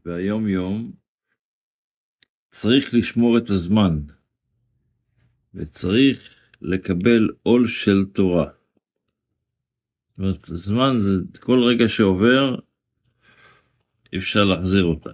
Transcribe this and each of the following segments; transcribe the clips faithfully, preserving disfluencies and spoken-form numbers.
והיום יום צריך לשמור את הזמן, וצריך לקבל עול של תורה. זאת אומרת, הזמן, כל רגע שעובר, אפשר להחזיר אותה.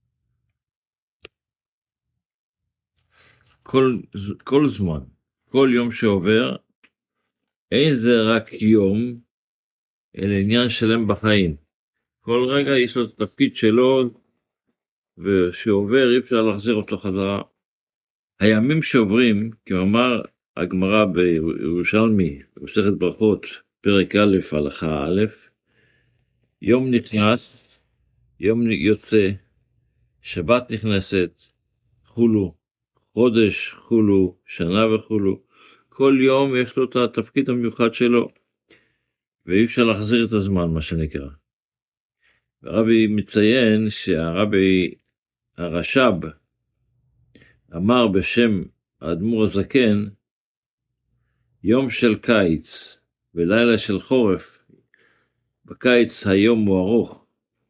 כל, כל זמן, כל יום שעובר, אין זה רק יום, אלא עניין שלם בחיים. כל רגע יש לו תפקיד שלו, ושעובר אי אפשר להחזיר אותו חזרה. הימים שעוברים, כמאמר הגמרא בירושלמי, במסכת ברכות, פרק א' הלכה א', יום נכנס, יום יוצא, שבת נכנסת, חולו, חודש חולו, שנה וחולו, כל יום יש לו את התפקיד המיוחד שלו, ואי אפשר להחזיר את הזמן, מה שנקרא. הרבי מציין שהרבי הרש"ב אמר בשם האדמו"ר הזקן, יום של קיץ ולילה של חורף, בקיץ היום הוא ארוך,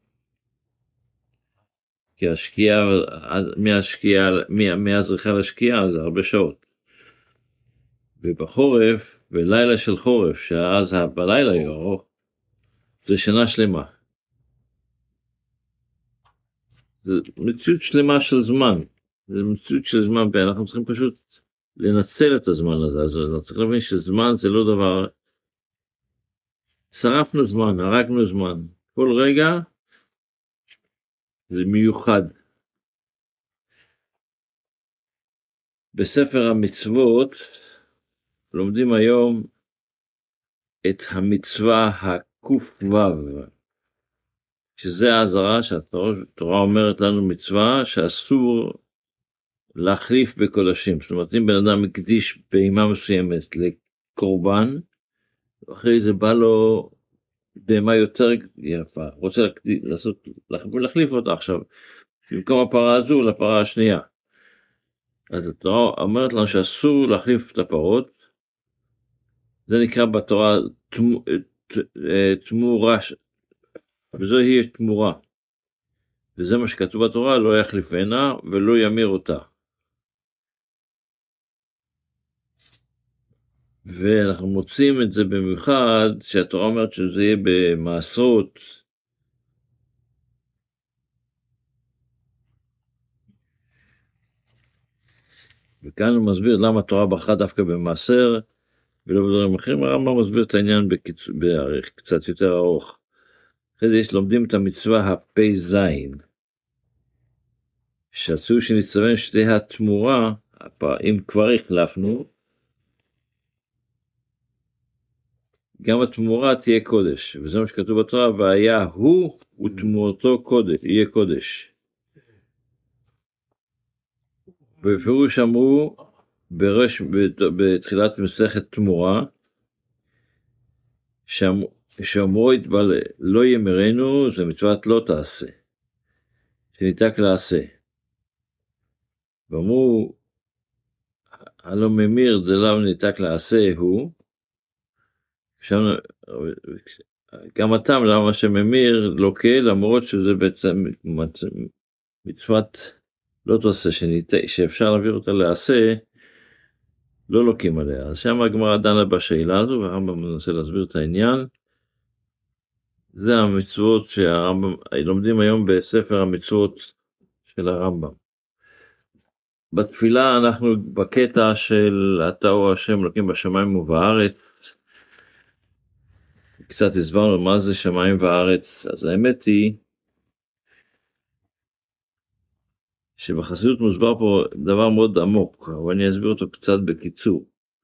כי השקיעה, מהשקיעה, מהזריחה לשקיעה זה הרבה שעות. ובחורף, בלילה של חורף, שאז בלילה יהיה ארוך, זה שנה שלמה. זה מציאות שלמה של זמן, זה מציאות של זמן, ואנחנו צריכים פשוט לנצל את הזמן הזה. אז אנחנו צריכים להבין שזמן זה לא דבר, שרפנו זמן, הרגנו זמן, כל רגע זה מיוחד. בספר המצוות לומדים היום את המצווה הק"ו, שזה האזהרה שהתורה אומרת לנו, מצווה שאסור להחליף בקודשים. זאת אומרת, אם בן אדם מקדיש בהמה מסוימת לקורבן, אחרי זה בא לו בהמה יותר יפה, רוצה לעשות, להחליף אותה עכשיו, במקום הפרה הזו לפרה השנייה. אז התורה אומרת לנו שאסור להחליף את הפרות, זה נקרא בתורה תמורה, וזוהי תמורה, וזה מה שכתוב בתורה, לא יחליפנה ולא ימיר אותה. ואנחנו מוצאים את זה במיוחד, שהתורה אומרת שזה יהיה במעשרות, וכאן הוא מסביר למה התורה בחרה דווקא במעשר, ולא בדברים אחרים. הרמב"ם מסביר את העניין בקיצ... בערך קצת יותר ארוך. אחרי זה יש לומדים את המצווה הפי זין, שעשו שנצטווין שתי התמורה, אם כבר החלפנו, גם התמורה תהיה קודש, וזה מה שכתוב בתורה, והיה הוא ותמורתו קודש, יהיה קודש. בפירוש אמרו, בראש, בתחילת מסכת תמורה, שאמרו יתבל, לא ימרנו, זה מצוות לא תעשה, שניתק לעשה. ואמרו, הלא ממיר דלאו ניתק לעשה הוא, שם, גם הטעם למה שממיר לוקה, למרות שזה בעצם מצוות לא תעשה, שניתק, שאפשר להעביר אותה לעשה, לא לוקים עליה. אז שם הגמרא דנה בשאלה הזו, והרמב"ם מנסה להסביר את העניין. זה המצוות שהרמב"ם לומדים היום בספר המצוות של הרמב"ם. בתפילה אנחנו בקטע של אתה הוא השם אלוקים בשמיים ובארץ. קצת הסברנו מה זה שמיים וארץ. אז האמת היא שבחסידות מוסבר פה דבר מאוד עמוק, אבל אני אסביר אותו קצת בקיצור.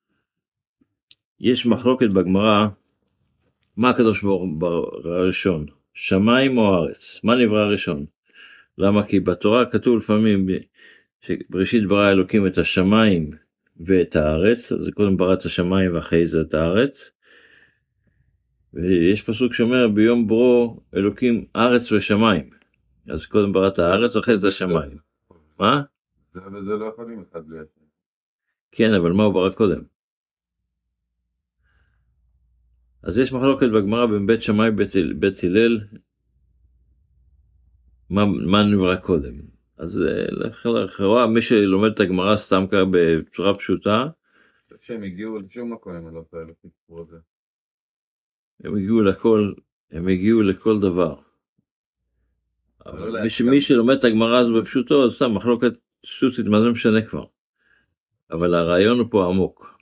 יש מחלוקת בגמרא, מה הקדוש ברוך הוא הראשון, שמיים או ארץ? מה נברא הראשון? למה? כי בתורה כתוב לפעמים שבראשית ברא אלוקים את השמיים ואת הארץ, אז קודם ברא את השמיים ואחרי זה את הארץ. ויש פסוק שאומר ביום ברו אלוקים ארץ ושמיים, אז קודם ברא את הארץ ואחרי זה השמיים. מה? זה וזה לא יכולים אחד בלי השני. כן, אבל מה הוא ברא קודם? אז יש מחלוקת בגמרא בין בית שמאי ובית הלל, מה, מה נברא קודם. אז לכאורה מי שלומד את הגמרא סתם ככה בצורה פשוטה, שהם הגיעו לשום מקום, הם לא פעלו סיפור הזה. הם הגיעו לכל, הם הגיעו לכל דבר. אבל מי, ש... מי שלומד את הגמרא הזו בפשוטו, אז סתם מחלוקת שוטית, מה זה משנה כבר. אבל הרעיון הוא פה עמוק.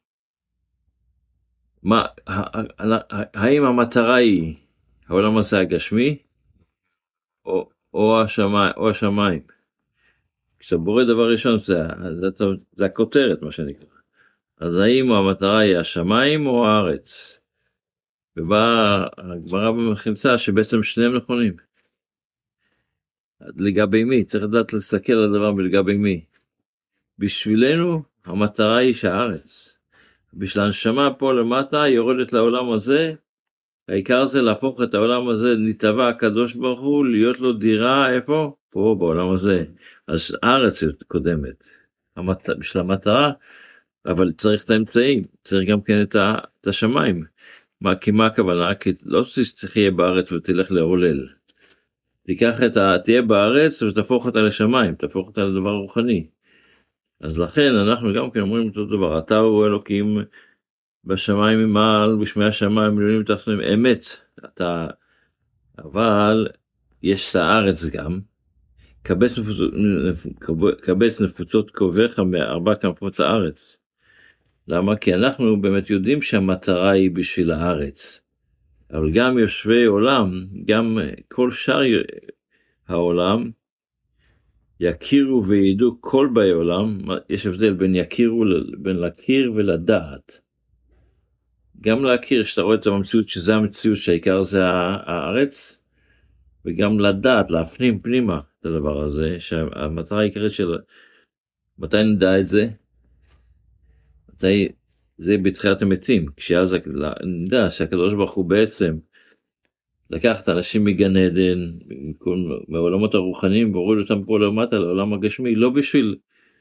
מה, האם המטרה היא העולם הזה הגשמי, או, או, השמיים, או השמיים? כשאתה בורא דבר ראשון, זה, זה, זה, זה הכותרת, מה שנקרא. אז האם המטרה היא השמיים או הארץ? ובאה הגמרא במחילתא שבעצם שניהם נכונים. לגבי מי? צריך לדעת לסתכל על הדבר בלגבי מי. בשבילנו המטרה היא שהארץ. בשביל הנשמה פה למטה היא יורדת לעולם הזה, העיקר זה להפוך את העולם הזה, נתבע הקדוש ברוך הוא, להיות לו דירה, איפה? פה בעולם הזה. אז הארץ קודמת. המת... בשביל המטרה, אבל צריך את האמצעים, צריך גם כן את, ה... את השמיים. מה, כי מה הכוונה? כי לא תחיה בארץ ותלך לעולל. תיקח את ה... תהיה בארץ ותפוך אותה לשמיים, תפוך אותה לדבר רוחני. אז לכן אנחנו גם כן אומרים אותו דבר, אתה הוא אלוקים בשמיים ממעל, בשמי השמיים עליונים ותחתונים, אמת, אתה, אבל יש את הארץ גם, קבץ נפוצות, קבץ נפוצות קובך מארבע כנפות הארץ. למה? כי אנחנו באמת יודעים שהמטרה היא בשביל הארץ, אבל גם יושבי עולם, גם כל שאר העולם, יכירו וידעו כל באי עולם, יש הבדל בין יכירו, בין להכיר ולדעת. גם להכיר, שאתה רואה את המציאות, שזה המציאות שהעיקר זה הארץ, וגם לדעת, להפנים פנימה את הדבר הזה, שהמטרה העיקרית של, מתי נדע את זה? מתי זה בתחיית המתים, כשאז נדע שהקדוש ברוך הוא בעצם, לקח את האנשים מגן עדן, מהעולמות הרוחניים, והוריד אותם פה למטה, לעולם הגשמי, לא בשביל,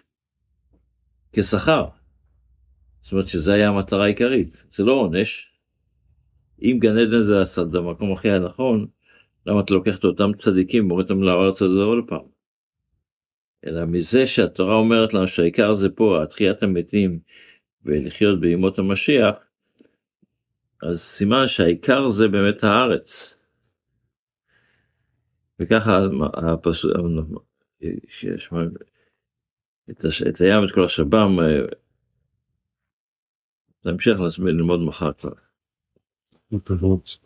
כשכר. זאת אומרת שזה היה המטרה העיקרית, זה לא עונש. אם גן עדן זה הסד, המקום הכי הנכון, למה אתה לוקח את אותם צדיקים, מוריד אותם לארץ הזה עוד פעם? אלא מזה שהתורה אומרת לנו שהעיקר זה פה, התחיית המתים, ולחיות בימות המשיח, אז סימן שהעיקר זה באמת הארץ. וככה הפסוק, שיש את הים, את כל השב"ם, להמשך ללמוד מחר כבר.